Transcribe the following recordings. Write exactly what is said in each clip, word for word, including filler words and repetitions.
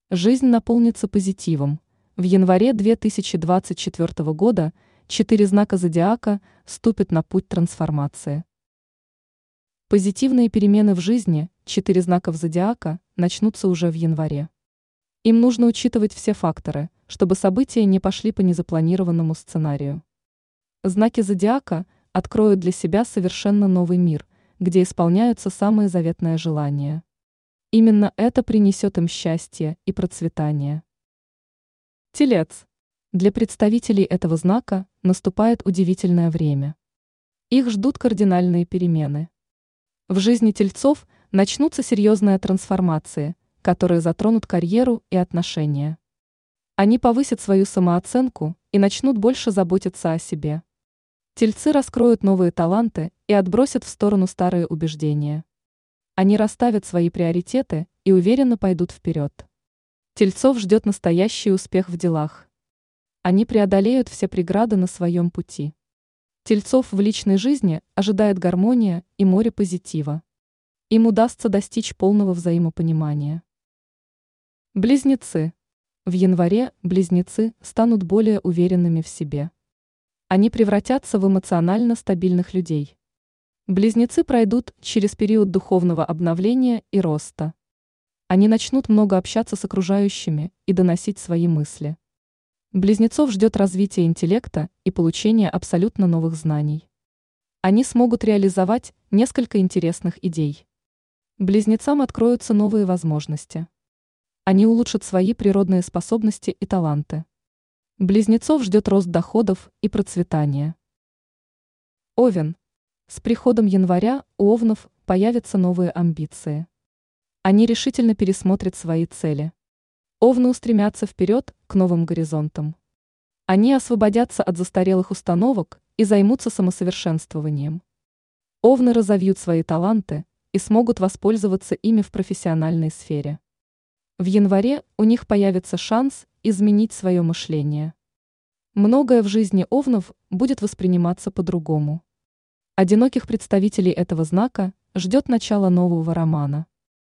Жизнь наполнится позитивом. В январе две тысячи двадцать четвёртого года четыре знака зодиака ступят на путь трансформации. Позитивные перемены в жизни четыре знаков зодиака начнутся уже в январе. Им нужно учитывать все факторы, чтобы события не пошли по незапланированному сценарию. Знаки зодиака откроют для себя совершенно новый мир, где исполняются самые заветные желания. Именно это принесет им счастье и процветание. Телец. Для представителей этого знака наступает удивительное время. Их ждут кардинальные перемены. В жизни тельцов начнутся серьезные трансформации, которые затронут карьеру и отношения. Они повысят свою самооценку и начнут больше заботиться о себе. Тельцы раскроют новые таланты и отбросят в сторону старые убеждения. Они расставят свои приоритеты и уверенно пойдут вперед. Тельцов ждет настоящий успех в делах. Они преодолеют все преграды на своем пути. Тельцов в личной жизни ожидает гармония и море позитива. Им удастся достичь полного взаимопонимания. Близнецы. В январе близнецы станут более уверенными в себе. Они превратятся в эмоционально стабильных людей. Близнецы пройдут через период духовного обновления и роста. Они начнут много общаться с окружающими и доносить свои мысли. Близнецов ждет развитие интеллекта и получение абсолютно новых знаний. Они смогут реализовать несколько интересных идей. Близнецам откроются новые возможности. Они улучшат свои природные способности и таланты. Близнецов ждет рост доходов и процветание. Овен. С приходом января у овнов появятся новые амбиции. Они решительно пересмотрят свои цели. Овны устремятся вперед к новым горизонтам. Они освободятся от застарелых установок и займутся самосовершенствованием. Овны разовьют свои таланты и смогут воспользоваться ими в профессиональной сфере. В январе у них появится шанс изменить свое мышление. Многое в жизни овнов будет восприниматься по-другому. Одиноких представителей этого знака ждет начало нового романа.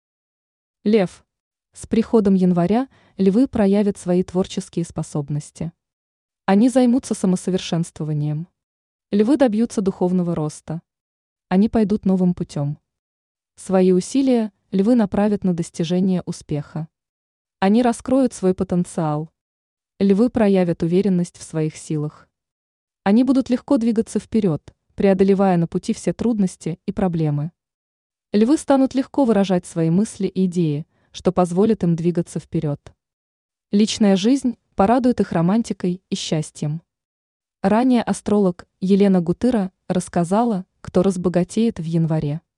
Лев. С приходом января львы проявят свои творческие способности. Они займутся самосовершенствованием. Львы добьются духовного роста. Они пойдут новым путем. Свои усилия львы направят на достижение успеха. Они раскроют свой потенциал. Львы проявят уверенность в своих силах. Они будут легко двигаться вперед, преодолевая на пути все трудности и проблемы. Львы станут легко выражать свои мысли и идеи, что позволит им двигаться вперед. Личная жизнь порадует их романтикой и счастьем. Ранее астролог Елена Гутыра рассказала, кто разбогатеет в январе.